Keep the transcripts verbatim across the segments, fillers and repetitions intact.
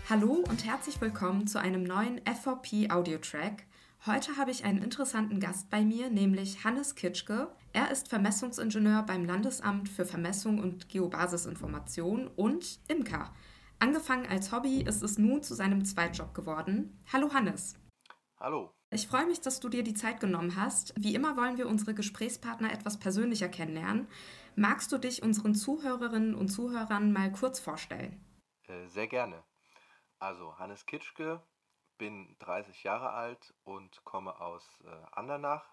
Hallo und herzlich willkommen zu einem neuen F V P-Audiotrack. Heute habe ich einen interessanten Gast bei mir, nämlich Hannes Kitschke. Er ist Vermessungsingenieur beim Landesamt für Vermessung und Geobasisinformation und Imker. Angefangen als Hobby ist es nun zu seinem Zweitjob geworden. Hallo Hannes. Hallo. Ich freue mich, dass du dir die Zeit genommen hast. Wie immer wollen wir unsere Gesprächspartner etwas persönlicher kennenlernen. Magst du dich unseren Zuhörerinnen und Zuhörern mal kurz vorstellen? Äh, sehr gerne. Also Hannes Kitschke, bin dreißig Jahre alt und komme aus äh, Andernach.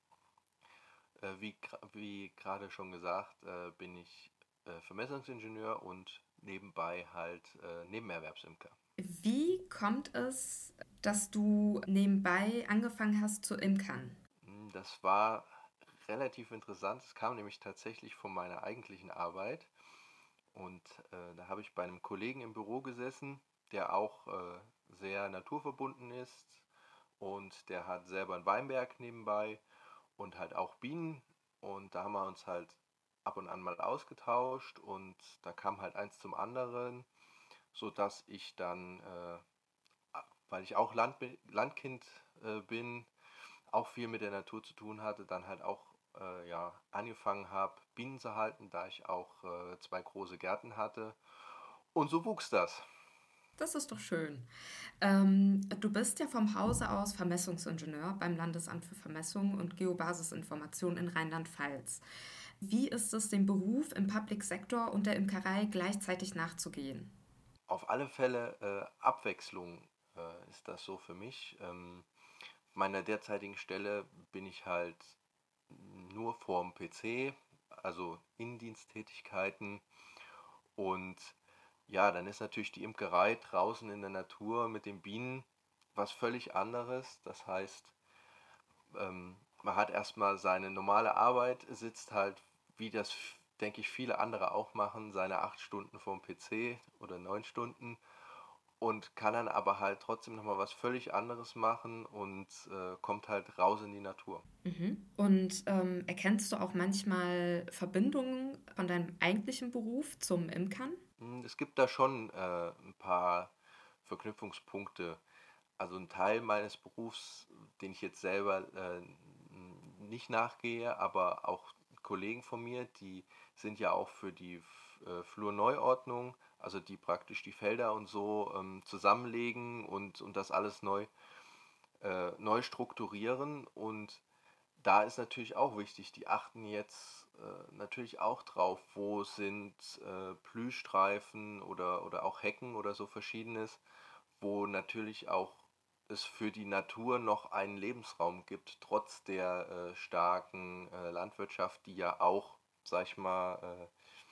Äh, wie gra- wie gerade schon gesagt, äh, bin ich äh, Vermessungsingenieur und nebenbei halt äh, Nebenerwerbsimker. Wie kommt es, dass du nebenbei angefangen hast zu imkern? Mm, Das war relativ interessant. Es kam nämlich tatsächlich von meiner eigentlichen Arbeit. Und äh, da habe ich bei einem Kollegen im Büro gesessen, der auch äh, sehr naturverbunden ist. Und der hat selber einen Weinberg nebenbei und halt auch Bienen. Und da haben wir uns halt ab und an mal ausgetauscht und da kam halt eins zum anderen, sodass ich dann, äh, weil ich auch Land, Landkind äh, bin, auch viel mit der Natur zu tun hatte, dann halt auch äh, ja, angefangen habe, Bienen zu halten, da ich auch äh, zwei große Gärten hatte. Und so wuchs das. Das ist doch schön. Ähm, du bist ja vom Hause aus Vermessungsingenieur beim Landesamt für Vermessung und Geobasisinformation in Rheinland-Pfalz. Wie ist es, dem Beruf im Public Sector und der Imkerei gleichzeitig nachzugehen? Auf alle Fälle äh, Abwechslung äh, ist das so für mich. Ähm, auf meiner derzeitigen Stelle bin ich halt nur vorm P C, also Innendiensttätigkeiten. Und ja, dann ist natürlich die Imkerei draußen in der Natur mit den Bienen was völlig anderes. Das heißt, ähm, man hat erstmal seine normale Arbeit, sitzt halt, wie das, denke ich, viele andere auch machen, seine acht Stunden vorm P C oder neun Stunden und kann dann aber halt trotzdem nochmal was völlig anderes machen und äh, kommt halt raus in die Natur. Mhm. Und ähm, erkennst du auch manchmal Verbindungen von deinem eigentlichen Beruf zum Imkern? Hm, Es gibt da schon äh, ein paar Verknüpfungspunkte. Also ein Teil meines Berufs, den ich jetzt selber äh, nicht nachgehe, aber auch Kollegen von mir, die sind ja auch für die äh, Flurneuordnung, also die praktisch die Felder und so ähm, zusammenlegen und, und das alles neu, äh, neu strukturieren. Und da ist natürlich auch wichtig, die achten jetzt äh, natürlich auch drauf, wo sind äh, Blühstreifen oder, oder auch Hecken oder so verschiedenes, wo natürlich auch es für die Natur noch einen Lebensraum gibt, trotz der äh, starken äh, Landwirtschaft, die ja auch, sag ich mal, äh,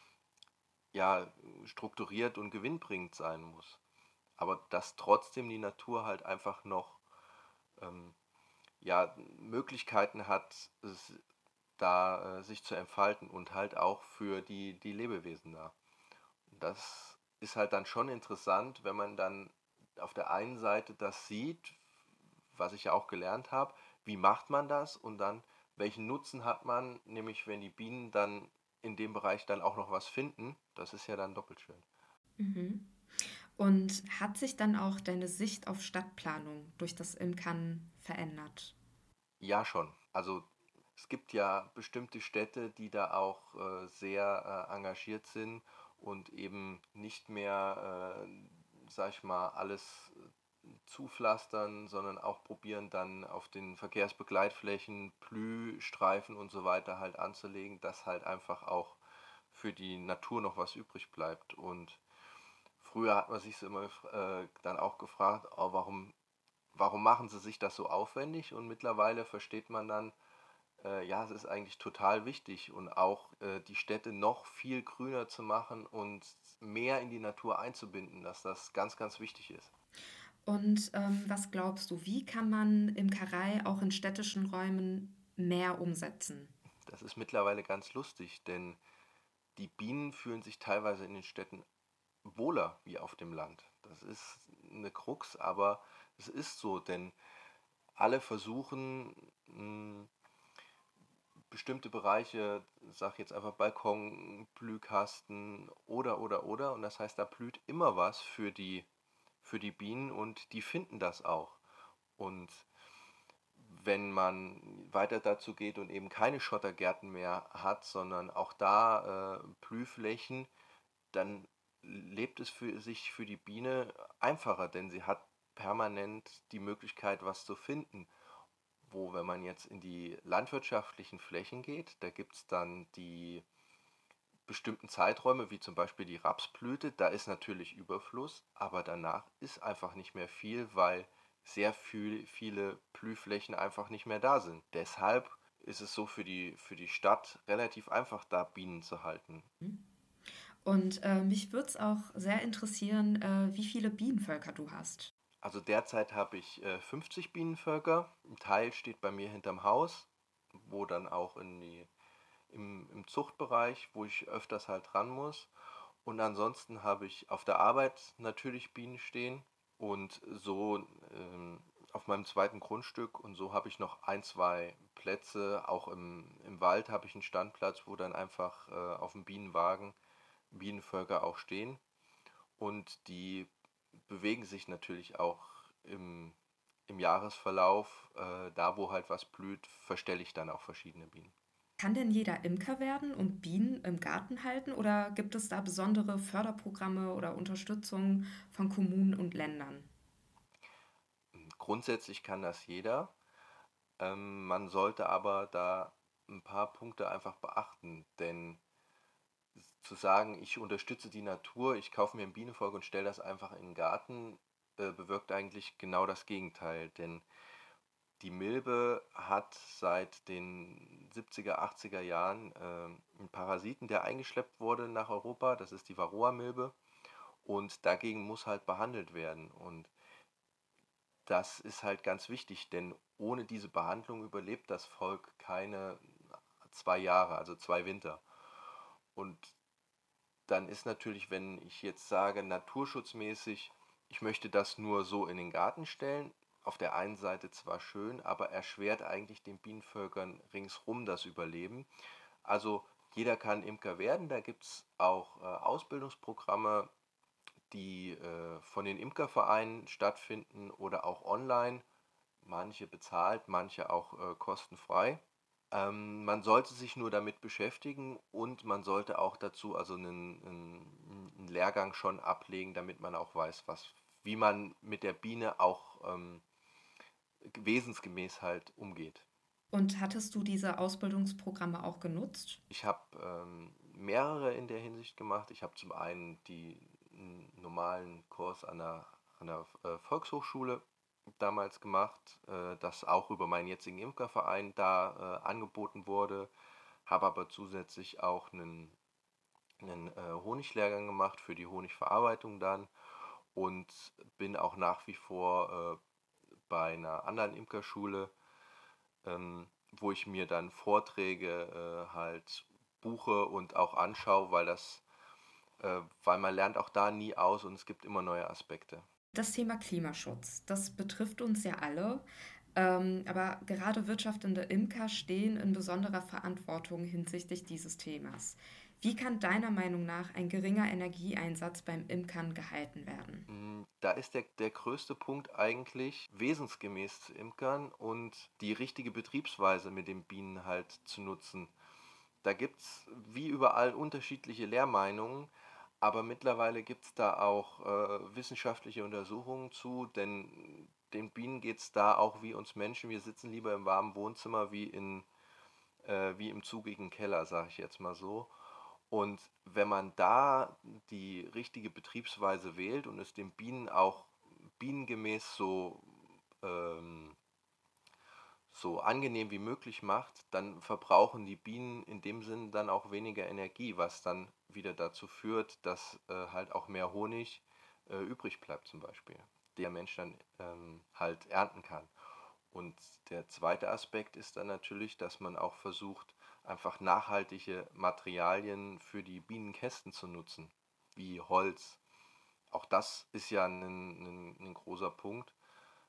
ja, strukturiert und gewinnbringend sein muss. Aber dass trotzdem die Natur halt einfach noch ähm, ja, Möglichkeiten hat, es, da äh, sich zu entfalten und halt auch für die, die Lebewesen da. Das ist halt dann schon interessant, wenn man dann auf der einen Seite das sieht, was ich ja auch gelernt habe, wie macht man das und dann welchen Nutzen hat man, nämlich wenn die Bienen dann in dem Bereich dann auch noch was finden, das ist ja dann doppelt schön. Mhm. Und hat sich dann auch deine Sicht auf Stadtplanung durch das Imkern verändert? Ja, schon. Also es gibt ja bestimmte Städte, die da auch äh, sehr äh, engagiert sind und eben nicht mehr, äh, sag ich mal, alles äh, zupflastern, sondern auch probieren dann auf den Verkehrsbegleitflächen Blühstreifen und so weiter halt anzulegen, dass halt einfach auch für die Natur noch was übrig bleibt. Und früher hat man sich so immer äh, dann auch gefragt, oh, warum warum machen sie sich das so aufwendig? Und mittlerweile versteht man dann, äh, ja, es ist eigentlich total wichtig und auch äh, die Städte noch viel grüner zu machen und mehr in die Natur einzubinden, dass das ganz, ganz wichtig ist. Und ähm, was glaubst du, wie kann man Imkerei auch in städtischen Räumen mehr umsetzen? Das ist mittlerweile ganz lustig, denn die Bienen fühlen sich teilweise in den Städten wohler wie auf dem Land. Das ist eine Krux, aber es ist so, denn alle versuchen, mh, bestimmte Bereiche, sag jetzt einfach Balkon, Blühkasten oder oder oder und das heißt, da blüht immer was für die für die Bienen und die finden das auch. Und wenn man weiter dazu geht und eben keine Schottergärten mehr hat, sondern auch da äh, Blühflächen, dann lebt es für sich für die Biene einfacher, denn sie hat permanent die Möglichkeit, was zu finden. Wo, wenn man jetzt in die landwirtschaftlichen Flächen geht, da gibt es dann die bestimmten Zeiträume, wie zum Beispiel die Rapsblüte, da ist natürlich Überfluss, aber danach ist einfach nicht mehr viel, weil sehr viel, viele Blühflächen einfach nicht mehr da sind. Deshalb ist es so für die, für die Stadt relativ einfach, da Bienen zu halten. Und äh, mich würde es auch sehr interessieren, äh, wie viele Bienenvölker du hast. Also derzeit habe ich äh, fünfzig Bienenvölker. Ein Teil steht bei mir hinterm Haus, wo dann auch in die, im, im Zuchtbereich, wo ich öfters halt ran muss. Und ansonsten habe ich auf der Arbeit natürlich Bienen stehen und so ähm, auf meinem zweiten Grundstück und so habe ich noch ein, zwei Plätze. Auch im, im Wald habe ich einen Standplatz, wo dann einfach äh, auf dem Bienenwagen Bienenvölker auch stehen. Und die bewegen sich natürlich auch im, im Jahresverlauf. Äh, da, wo halt was blüht, verstelle ich dann auch verschiedene Bienen. Kann denn jeder Imker werden und Bienen im Garten halten oder gibt es da besondere Förderprogramme oder Unterstützung von Kommunen und Ländern? Grundsätzlich kann das jeder. Ähm, man sollte aber da ein paar Punkte einfach beachten, denn zu sagen, ich unterstütze die Natur, ich kaufe mir ein Bienenvolk und stelle das einfach in den Garten, äh, bewirkt eigentlich genau das Gegenteil. Denn die Milbe hat seit den siebziger, achtziger Jahren äh, einen Parasiten, der eingeschleppt wurde nach Europa. Das ist die Varroa-Milbe. Und dagegen muss halt behandelt werden. Und das ist halt ganz wichtig, denn ohne diese Behandlung überlebt das Volk keine zwei Jahre, also zwei Winter. Und dann ist natürlich, wenn ich jetzt sage, naturschutzmäßig, ich möchte das nur so in den Garten stellen, auf der einen Seite zwar schön, aber erschwert eigentlich den Bienenvölkern ringsrum das Überleben. Also jeder kann Imker werden, da gibt es auch äh, Ausbildungsprogramme, die äh, von den Imkervereinen stattfinden oder auch online, manche bezahlt, manche auch äh, kostenfrei. Ähm, man sollte sich nur damit beschäftigen und man sollte auch dazu also einen, einen, einen Lehrgang schon ablegen, damit man auch weiß, was, wie man mit der Biene auch ähm, wesensgemäß halt umgeht. Und hattest du diese Ausbildungsprogramme auch genutzt? Ich habe ähm, mehrere in der Hinsicht gemacht. Ich habe zum einen die einen normalen Kurs an der, an der äh, Volkshochschule damals gemacht, äh, das auch über meinen jetzigen Imkerverein da äh, angeboten wurde, habe aber zusätzlich auch einen, einen äh, Honiglehrgang gemacht für die Honigverarbeitung dann und bin auch nach wie vor äh, bei einer anderen Imkerschule, ähm, wo ich mir dann Vorträge äh, halt buche und auch anschaue, weil das, äh, weil man lernt auch da nie aus und es gibt immer neue Aspekte. Das Thema Klimaschutz, das betrifft uns ja alle, ähm, aber gerade wirtschaftende Imker stehen in besonderer Verantwortung hinsichtlich dieses Themas. Wie kann deiner Meinung nach ein geringer Energieeinsatz beim Imkern gehalten werden? Mm, Da ist der, der größte Punkt eigentlich, wesensgemäß zu imkern und die richtige Betriebsweise mit den Bienen halt zu nutzen. Da gibt es wie überall unterschiedliche Lehrmeinungen, aber mittlerweile gibt es da auch äh, wissenschaftliche Untersuchungen zu, denn den Bienen geht es da auch wie uns Menschen. Wir sitzen lieber im warmen Wohnzimmer wie, in, äh, wie im zugigen Keller, sage ich jetzt mal so. Und wenn man da die richtige Betriebsweise wählt und es den Bienen auch bienengemäß so ähm, so angenehm wie möglich macht, dann verbrauchen die Bienen in dem Sinn dann auch weniger Energie, was dann wieder dazu führt, dass äh, halt auch mehr Honig äh, übrig bleibt zum Beispiel, der Mensch dann ähm, halt ernten kann. Und der zweite Aspekt ist dann natürlich, dass man auch versucht, einfach nachhaltige Materialien für die Bienenkästen zu nutzen, wie Holz. Auch das ist ja ein, ein, ein großer Punkt,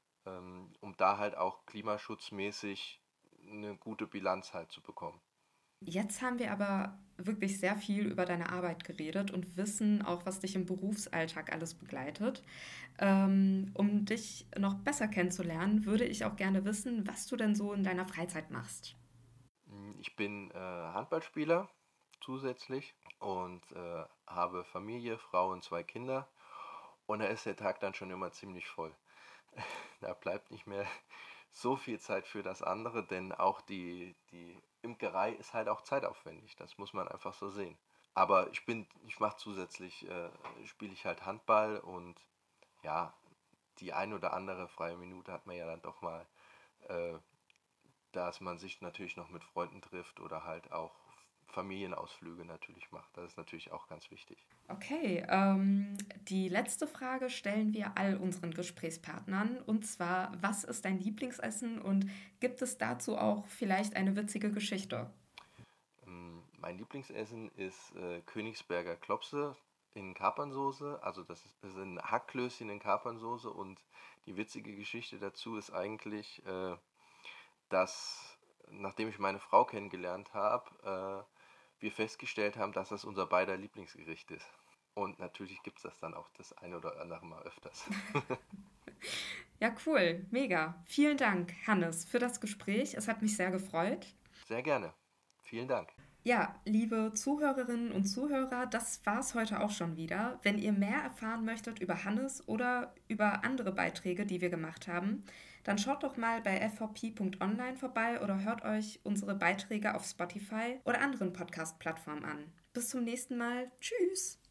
ähm, um da halt auch klimaschutzmäßig eine gute Bilanz halt zu bekommen. Jetzt haben wir aber wirklich sehr viel über deine Arbeit geredet und wissen auch, was dich im Berufsalltag alles begleitet. Ähm, um dich noch besser kennenzulernen, würde ich auch gerne wissen, was du denn so in deiner Freizeit machst. Mm, Ich bin äh, Handballspieler zusätzlich und äh, habe Familie, Frau und zwei Kinder. Und da ist der Tag dann schon immer ziemlich voll. Da bleibt nicht mehr so viel Zeit für das andere, denn auch die, die Imkerei ist halt auch zeitaufwendig. Das muss man einfach so sehen. Aber ich bin, ich mache zusätzlich, äh, spiele ich halt Handball und ja, die ein oder andere freie Minute hat man ja dann doch mal, äh, dass man sich natürlich noch mit Freunden trifft oder halt auch Familienausflüge natürlich macht. Das ist natürlich auch ganz wichtig. Okay, ähm, die letzte Frage stellen wir all unseren Gesprächspartnern. Und zwar, was ist dein Lieblingsessen und gibt es dazu auch vielleicht eine witzige Geschichte? Ähm, Mein Lieblingsessen ist äh, Königsberger Klopse in Kapernsoße. Also das, ist, das sind Hackklößchen in Kapernsoße und die witzige Geschichte dazu ist eigentlich, äh, dass nachdem ich meine Frau kennengelernt habe, äh, wir festgestellt haben, dass das unser beider Lieblingsgericht ist. Und natürlich gibt es das dann auch das eine oder andere Mal öfters. Ja, cool, mega. Vielen Dank, Hannes, für das Gespräch. Es hat mich sehr gefreut. Sehr gerne. Vielen Dank. Ja, liebe Zuhörerinnen und Zuhörer, das war's heute auch schon wieder. Wenn ihr mehr erfahren möchtet über Hannes oder über andere Beiträge, die wir gemacht haben, dann schaut doch mal bei f v p punkt online vorbei oder hört euch unsere Beiträge auf Spotify oder anderen Podcast-Plattformen an. Bis zum nächsten Mal. Tschüss!